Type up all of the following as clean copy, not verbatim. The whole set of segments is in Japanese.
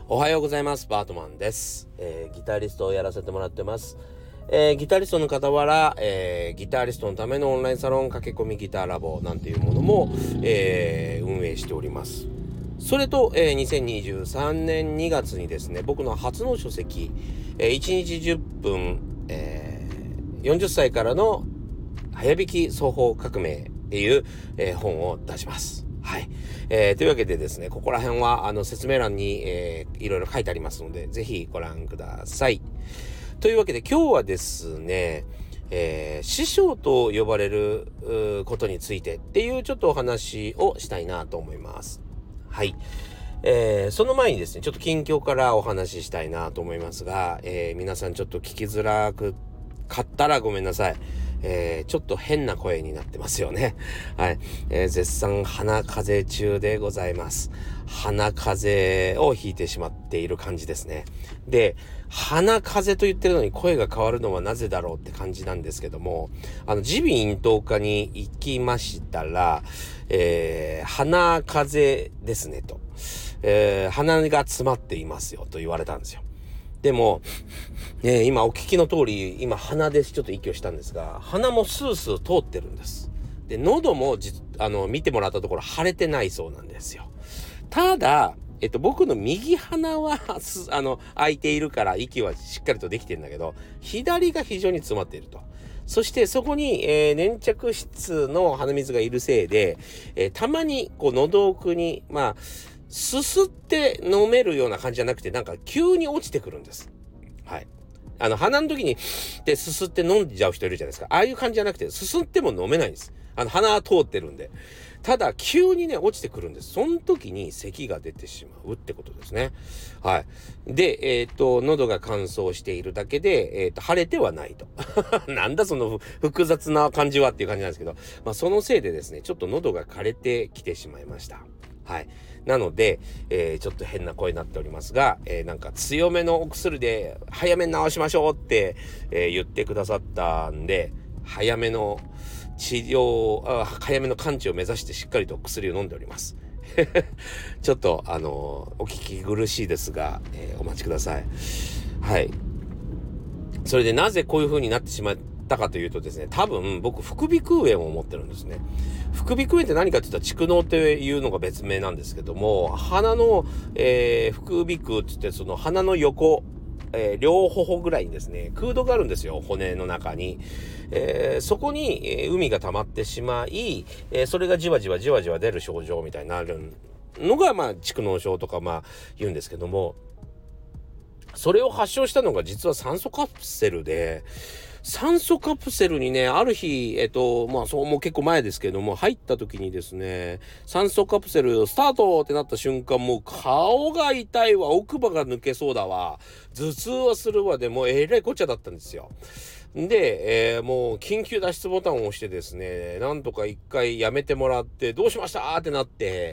おはようございます。バートマンです。ギタリストをやらせてもらってます。ギタリストの傍ら、ギタリストのためのオンラインサロン駆け込みギターラボなんていうものも、運営しております。それと、2023年2月にですね、僕の初の書籍、1日10分、40歳からの早弾き奏法革命っていう、本を出します。はい。というわけでですね、ここら辺は説明欄に、いろいろ書いてありますので、ぜひご覧ください。というわけで今日はですね、師匠と呼ばれることについてっていうちょっとお話をしたいなと思います。はい。その前にですね、ちょっと近況からお話ししたいなと思いますが、皆さんちょっと聞きづらかったらごめんなさい。ちょっと変な声になってますよね。はい。絶賛鼻風邪中でございます。鼻風邪をひいてしまっている感じですね。で、鼻風邪と言ってるのに声が変わるのはなぜだろうって感じなんですけども、耳鼻咽頭科に行きましたら、鼻風邪ですねと、鼻が詰まっていますよと言われたんですよ。でも、今お聞きの通り、今鼻でちょっと息をしたんですが、鼻もスースー通ってるんです。で、喉も見てもらったところ腫れてないそうなんですよ。ただ、僕の右鼻は開いているから息はしっかりとできてるんだけど、左が非常に詰まっていると。そしてそこに、粘着質の鼻水がいるせいで、たまにこう喉奥に、すすって飲めるような感じじゃなくて、なんか急に落ちてくるんです。はい。鼻の時に、すすって飲んじゃう人いるじゃないですか。ああいう感じじゃなくて、すすっても飲めないんです。鼻は通ってるんで。ただ、急にね、落ちてくるんです。その時に咳が出てしまうってことですね。はい。で、喉が乾燥しているだけで、腫れてはないと。なんだその複雑な感じはっていう感じなんですけど、そのせいでですね、ちょっと喉が枯れてきてしまいました。はい。なので、ちょっと変な声になっておりますが、なんか強めのお薬で早めに治しましょうって、言ってくださったんで、早めの早めの完治を目指してしっかりと薬を飲んでおります。ちょっとお聞き苦しいですが、お待ちください。はい。それでなぜこういう風になってしまったかというとですね、多分僕副鼻腔炎を持ってるんですね。副鼻腔炎って何かって言ったら蓄膿っていうのが別名なんですけども、鼻の、副鼻腔って言ってその鼻の横、両頬ぐらいにですね空洞があるんですよ、骨の中に。そこに、海が溜まってしまい、それがじわじわ出る症状みたいになるのが蓄膿症とか言うんですけども、それを発症したのが実は酸素カプセルで、酸素カプセルにね、ある日、そうもう結構前ですけども、入った時にですね、酸素カプセルスタートってなった瞬間、もう顔が痛いわ、奥歯が抜けそうだわ、頭痛はするわで、もうえらいこっちゃだったんですよ。で、もう緊急脱出ボタンを押してですね、なんとか一回やめてもらって、どうしましたってなって、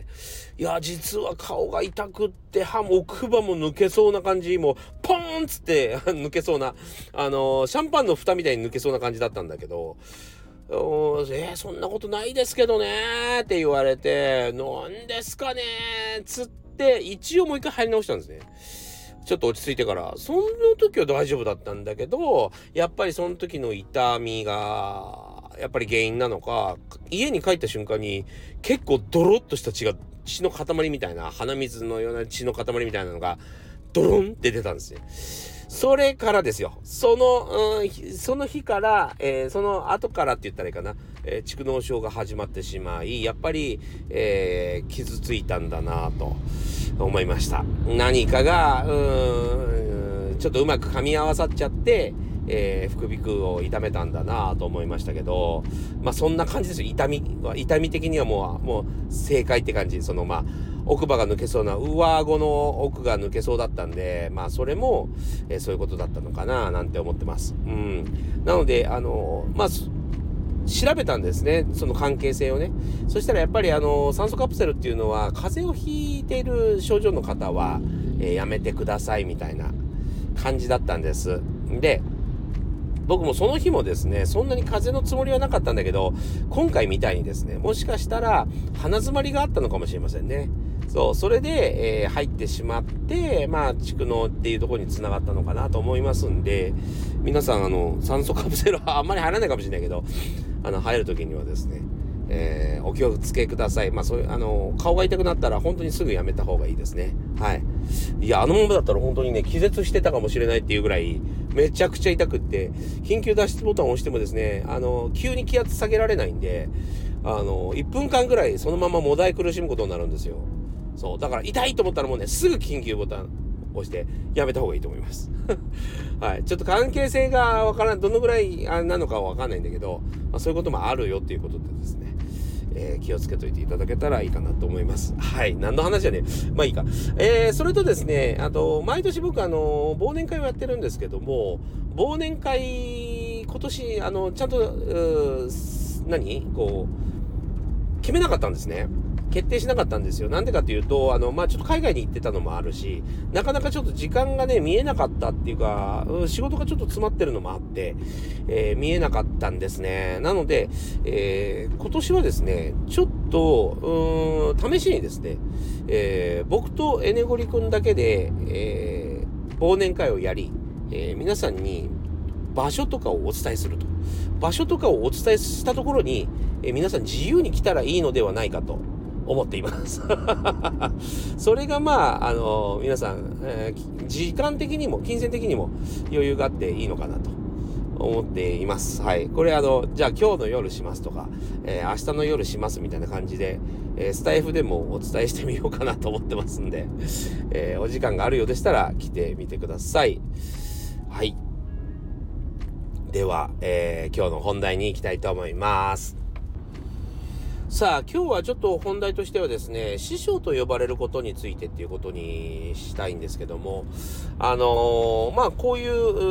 いや、実は顔が痛くって、奥歯も抜けそうな感じ、もう、ポーンっつって抜けそうな、シャンパンの蓋みたいに抜けそうな感じだったんだけど、そんなことないですけどねって言われて、なんですかねつって、一応もう一回入り直したんですね。ちょっと落ち着いてから、その時は大丈夫だったんだけど、やっぱりその時の痛みがやっぱり原因なのか、家に帰った瞬間に結構ドロッとした血の塊みたいな、鼻水のような血の塊みたいなのがドロンって出たんですね。それからですよ、その日から、その後からって言ったらいいかな、蓄膿症が始まってしまい、やっぱり、傷ついたんだなと思いました。何かがちょっとうまく噛み合わさっちゃって、副鼻腔を痛めたんだなと思いましたけど、そんな感じですよ。痛み的にはもう正解って感じ。奥歯が抜けそうな、上顎の奥が抜けそうだったんで、それも、そういうことだったのかななんて思ってます。なので調べたんですね、その関係性をね。そしたらやっぱり酸素カプセルっていうのは風邪をひいている症状の方は、やめてくださいみたいな感じだったんです。で、僕もその日もですね、そんなに風邪のつもりはなかったんだけど、今回みたいにですね、もしかしたら鼻詰まりがあったのかもしれませんね。 そう、それで、入ってしまって、まあ、蓄膿っていうところに繋がったのかなと思いますんで、皆さん、酸素カプセルはあんまり入らないかもしれないけど、入るときにはですね、お気をつけください。まあ、そういう、顔が痛くなったら本当にすぐやめた方がいいですね。はい。いや、あのままだったら本当にね、気絶してたかもしれないっていうぐらい、めちゃくちゃ痛くって、緊急脱出ボタンを押してもですね、急に気圧下げられないんで、1分間ぐらいそのままもだえ苦しむことになるんですよ。そう。だから痛いと思ったらもうね、すぐ緊急ボタン押してやめた方がいいと思います。はい。ちょっと関係性がわからない、どのぐらいなのかわかんないんだけど、まあ、そういうこともあるよっていうことでですね、気をつけといていただけたらいいかなと思います。はい。何の話じゃねえ。まあいいか。それとですね、あと、毎年僕忘年会をやってるんですけども、忘年会、今年、ちゃんと、決めなかったんですね。決定しなかったんですよ。なんでかっていうと、まあちょっと海外に行ってたのもあるし、なかなかちょっと時間がね、見えなかったっていうか、仕事がちょっと詰まってるのもあって、見えなかったんですね。なので、今年はですね、ちょっと、試しにですね、僕とエネゴリ君だけで、忘年会をやり、皆さんに場所とかをお伝えすると。場所とかをお伝えしたところに、皆さん自由に来たらいいのではないかと思っています。それがまあ、皆さん、時間的にも金銭的にも余裕があっていいのかなと思っています。はい。これじゃあ今日の夜しますとか、明日の夜しますみたいな感じで、スタイフでもお伝えしてみようかなと思ってますんで、お時間があるようでしたら来てみてください。はい。では、今日の本題に行きたいと思います。さあ、今日はちょっと本題としてはですね、師匠と呼ばれることについてっていうことにしたいんですけども、まあ、こういう、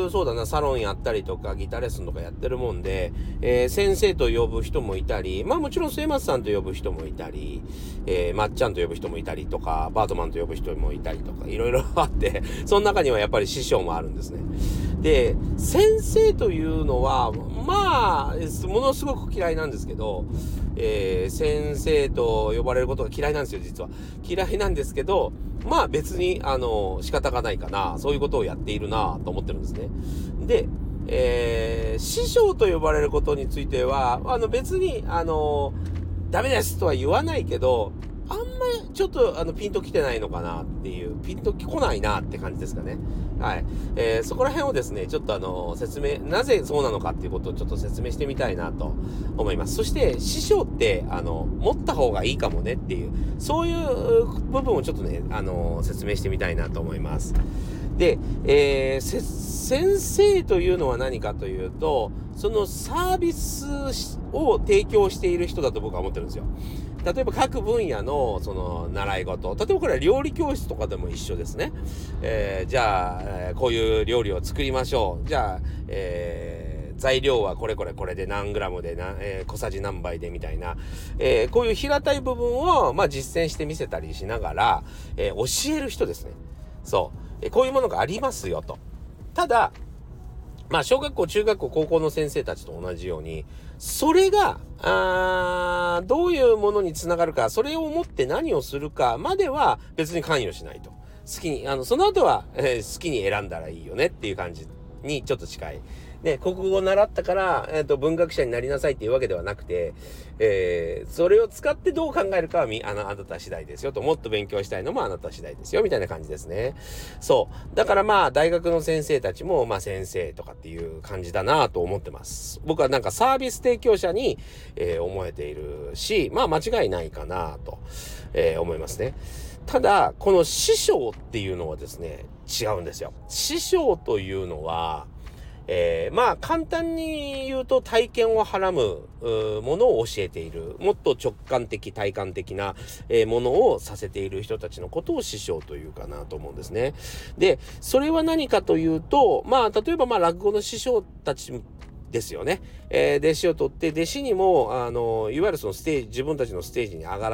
そうだな、サロンやったりとか、ギターレッスンとかやってるもんで、先生と呼ぶ人もいたり、まあもちろん末松さんと呼ぶ人もいたり、まっちゃんと呼ぶ人もいたりとか、バートマンと呼ぶ人もいたりとか、いろいろあって、その中にはやっぱり師匠もあるんですね。で、先生というのは、まあ、ものすごく嫌いなんですけど、先生と呼ばれることが嫌いなんですよ、実は。嫌いなんですけど、まあ別に、仕方がないかな、そういうことをやっているなと思ってるんですね。で、師匠と呼ばれることについては、別に、ダメですとは言わないけど、あんまりちょっとピンと来てないのかなっていう、ピンと来ないなって感じですかね。はい。そこら辺をですね、ちょっと説明、なぜそうなのかっていうことをちょっと説明してみたいなと思います。そして、師匠って、持った方がいいかもねっていう、そういう部分をちょっとね、説明してみたいなと思います。で、先生というのは何かというと、そのサービスを提供している人だと僕は思ってるんですよ。例えば各分野のその習い事、例えばこれは料理教室とかでも一緒ですね。じゃあ、こういう料理を作りましょう。じゃあ、材料はこれで何グラムで小さじ何杯でみたいな、こういう平たい部分をまあ実践してみせたりしながら、教える人ですね。そう、こういうものがありますよと。ただ、まあ小学校、中学校、高校の先生たちと同じように、それがどういうものにつながるか、それを持って何をするかまでは別に関与しないと。好きにその後は、好きに選んだらいいよねっていう感じにちょっと近い。で、国語を習ったから、文学者になりなさいっていうわけではなくて、それを使ってどう考えるかはあなた次第ですよと、もっと勉強したいのもあなた次第ですよ、みたいな感じですね。そう。だからまあ、大学の先生たちも、まあ先生とかっていう感じだなと思ってます。僕はなんかサービス提供者に、思えているし、まあ間違いないかなと、思いますね。ただ、この師匠っていうのはですね、違うんですよ。師匠というのは、まあ簡単に言うと体験をはらむものを教えている、もっと直感的体感的なものをさせている人たちのことを師匠というかなと思うんですね。で、それは何かというと、まあ例えばまあ落語の師匠たちですよね。弟子を取って弟子にもいわゆるそのステージ、自分たちのステージに上がらせ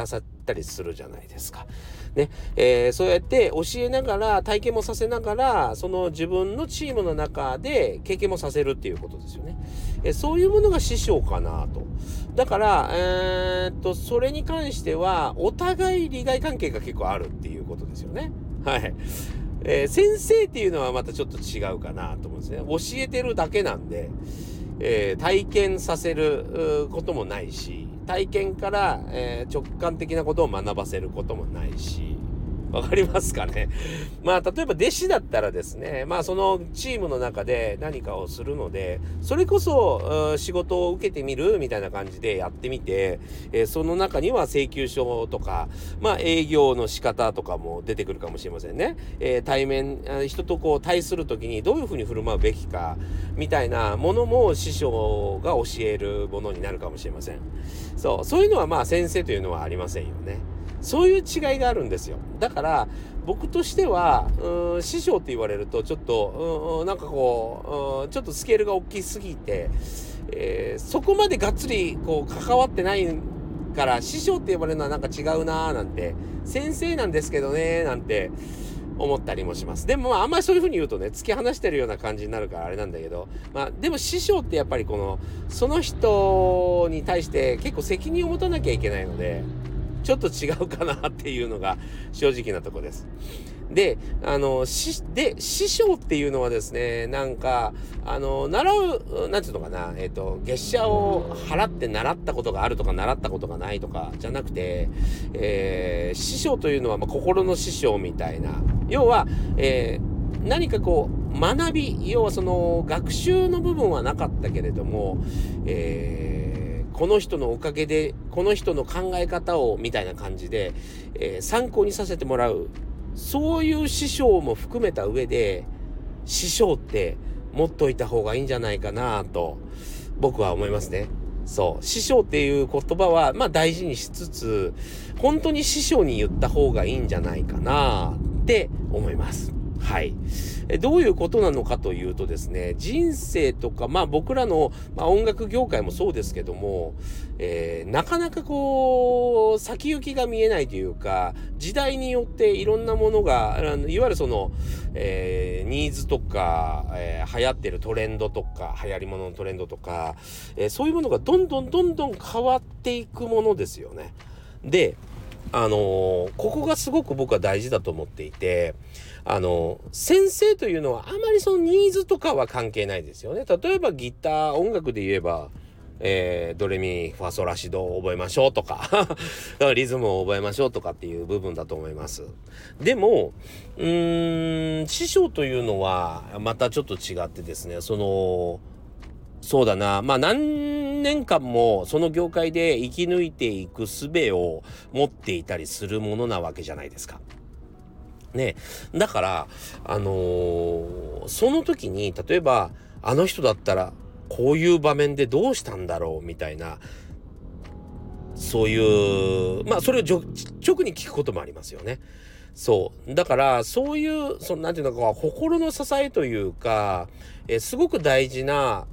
ったりするじゃないですか。ね、そうやって教えながら体験もさせながらその自分のチームの中で経験もさせるっていうことですよね。そういうものが師匠かなと。だから、それに関してはお互い利害関係が結構あるっていうことですよね。はい。先生っていうのはまたちょっと違うかなと思うんですね。教えてるだけなんで、体験させることもないし、体験から、直感的なことを学ばせることもないし、わかりますかね。まあ例えば弟子だったらですね、まあそのチームの中で何かをするので、それこそ仕事を受けてみるみたいな感じでやってみて、その中には請求書とか、まあ営業の仕方とかも出てくるかもしれませんね。対面人とこう対する時にどういうふうに振る舞うべきかみたいなものも師匠が教えるものになるかもしれません。そういうのはまあ先生というのはありませんよね。そういう違いがあるんですよ。だから僕としては師匠って言われるとちょっとなんかこうちょっとスケールが大きすぎて、そこまでがっつりこう関わってないから師匠って呼ばれるのはなんか違うなーなんて、先生なんですけどねーなんて思ったりもします。でもあんまりそういう風に言うとね、突き放してるような感じになるからあれなんだけど、まあでも師匠ってやっぱりその人に対して結構責任を持たなきゃいけないので、ちょっと違うかなっていうのが正直なとこです。で、師匠っていうのはですね、なんか、習う、なんていうのかな、月謝を払って習ったことがあるとか習ったことがないとかじゃなくて、師匠というのはまあ心の師匠みたいな、要は、何かこう、学び、要はその学習の部分はなかったけれども、この人のおかげでこの人の考え方をみたいな感じで、参考にさせてもらう、そういう師匠も含めた上で師匠って持っといた方がいいんじゃないかなと僕は思いますね。そう師匠っていう言葉はまあ大事にしつつ、本当に師匠に言った方がいいんじゃないかなって思います。はい。どういうことなのかというとですね、人生とか、まあ僕らの、音楽業界もそうですけども、なかなかこう、先行きが見えないというか、時代によっていろんなものが、いわゆるその、ニーズとか、流行ってるトレンドとか、流行り物のトレンドとか、そういうものがどんどん変わっていくものですよね。で、ここがすごく僕は大事だと思っていて、先生というのはあまりそのニーズとかは関係ないですよね。例えばギター音楽で言えば、ドレミファソラシドを覚えましょうとかリズムを覚えましょうとかっていう部分だと思います。でも師匠というのはまたちょっと違ってですね、そうだな、まあ何年間もその業界で生き抜いていく術を持っていたりするものなわけじゃないですか。ね。だから、その時に、例えば、あの人だったら、こういう場面でどうしたんだろうみたいな、そういう、まあそれを直に聞くこともありますよね。そう。だから、そういう、なんていうのか、心の支えというか、すごく大事な、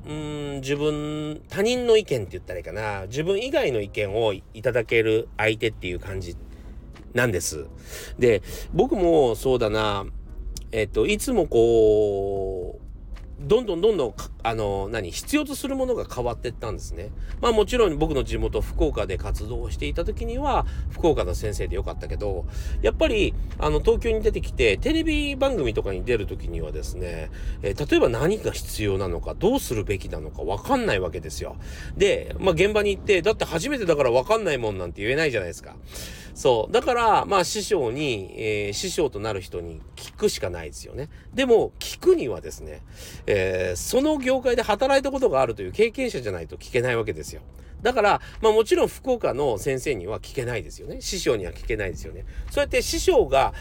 他人の意見って言ったらいいかな。自分以外の意見をいただける相手っていう感じなんです。で、僕もそうだな、いつもこう、どんどん必要とするものが変わっていったんですね。まあもちろん僕の地元福岡で活動をしていた時には福岡の先生でよかったけど、やっぱり東京に出てきてテレビ番組とかに出る時にはですね、例えば何が必要なのかどうするべきなのか分かんないわけですよ。で、まあ現場に行ってだって初めてだから分かんないもんなんて言えないじゃないですか。そうだからまあ師匠となる人に聞くしかないですよね。でも聞くにはですね、その業界で働いたことがあるという経験者じゃないと聞けないわけですよ。だから、まあもちろん福岡の先生には聞けないですよね。師匠には聞けないですよね。そうやって師匠が、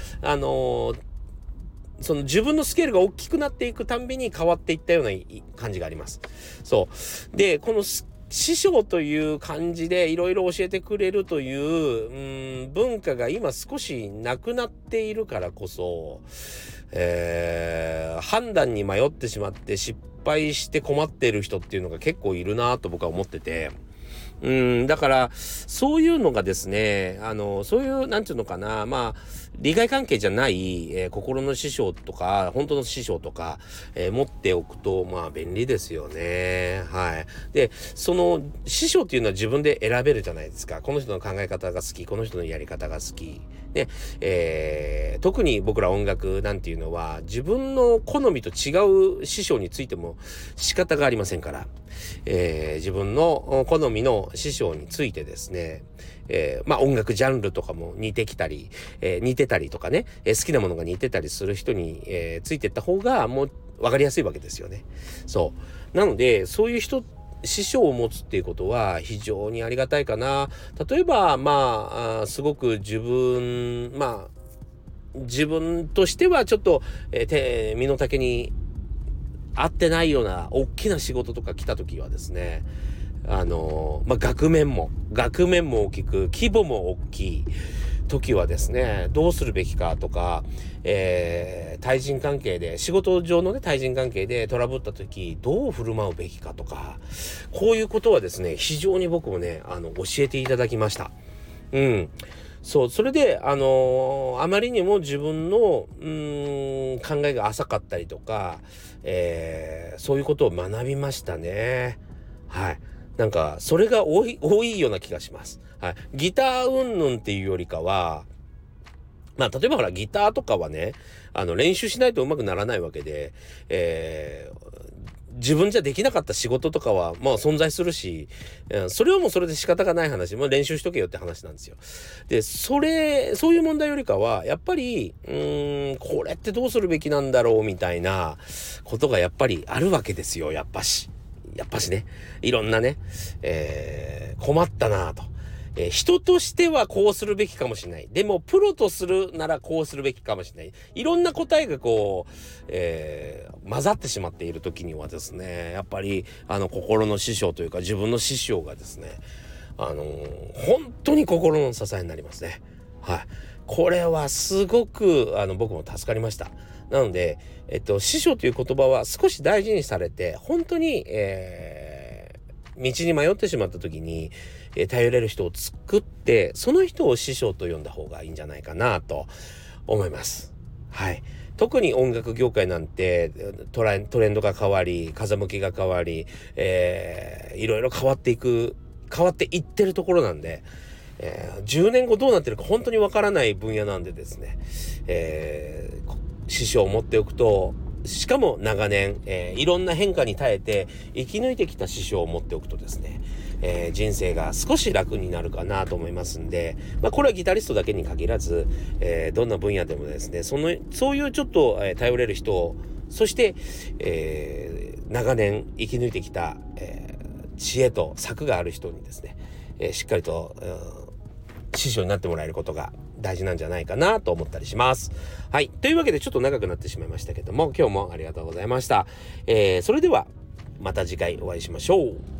その自分のスケールが大きくなっていくたんびに変わっていったような感じがあります。そう。で、この師匠という感じでいろいろ教えてくれるという、文化が今少しなくなっているからこそ、判断に迷ってしまって失敗して困っている人っていうのが結構いるなと僕は思ってて、 だから、そういうのがですね、そういう、なんていうのかな、利害関係じゃない、心の師匠とか、本当の師匠とか、持っておくと、便利ですよね。はい。で、その、師匠っていうのは自分で選べるじゃないですか。この人の考え方が好き、この人のやり方が好き。で、特に僕ら音楽なんていうのは、自分の好みと違う師匠についても仕方がありませんから、自分の好みの師匠についてですね、音楽ジャンルとかも似てきたり、似てたりとかね、好きなものが似てたりする人に、ついてった方がもう分かりやすいわけですよね。そう。なので、そういう師匠を持つっていうことは非常にありがたいかな。例えば、すごく自分としてはちょっと、身の丈に合ってないような大きな仕事とか来た時はですね、額面も大きく、規模も大きい時はですね、どうするべきかとか、対人関係で、仕事上のね、対人関係でトラブった時、どう振る舞うべきかとか、こういうことはですね、非常に僕もね、教えていただきました。そう、それで、あまりにも自分の、考えが浅かったりとか、そういうことを学びましたね。はい。なんか、それが多いような気がします。はい。ギター云々っていうよりかは、例えばほら、ギターとかはね、練習しないと上手くならないわけで、自分じゃできなかった仕事とかは存在するし、それはもうそれで仕方がない話、練習しとけよって話なんですよ。で、そういう問題よりかは、やっぱり、これってどうするべきなんだろうみたいなことがやっぱりあるわけですよ、やっぱしね。いろんなね、困ったなぁと。人としてはこうするべきかもしれない。でも、プロとするならこうするべきかもしれない。いろんな答えが混ざってしまっている時にはですね、やっぱり、心の師匠というか自分の師匠がですね、本当に心の支えになりますね。はい。これはすごく、僕も助かりました。なので、師匠という言葉は少し大事にされて、本当に、道に迷ってしまった時に、頼れる人を作って、その人を師匠と呼んだ方がいいんじゃないかなと思います。はい。特に音楽業界なんてトレンドが変わり、風向きが変わり、いろいろ変わっていってるところなんで、10年後どうなってるか本当にわからない分野なんでですね、師匠を持っておくと、しかも長年、いろんな変化に耐えて生き抜いてきた師匠を持っておくとですね、人生が少し楽になるかなと思いますんで、これはギタリストだけに限らず、どんな分野でもですね、そういうちょっと、頼れる人を、そして、長年生き抜いてきた、知恵と策がある人にですね、しっかりと、師匠になってもらえることが大事なんじゃないかなと思ったりします。はい。というわけでちょっと長くなってしまいましたけども、今日もありがとうございました。それではまた次回お会いしましょう。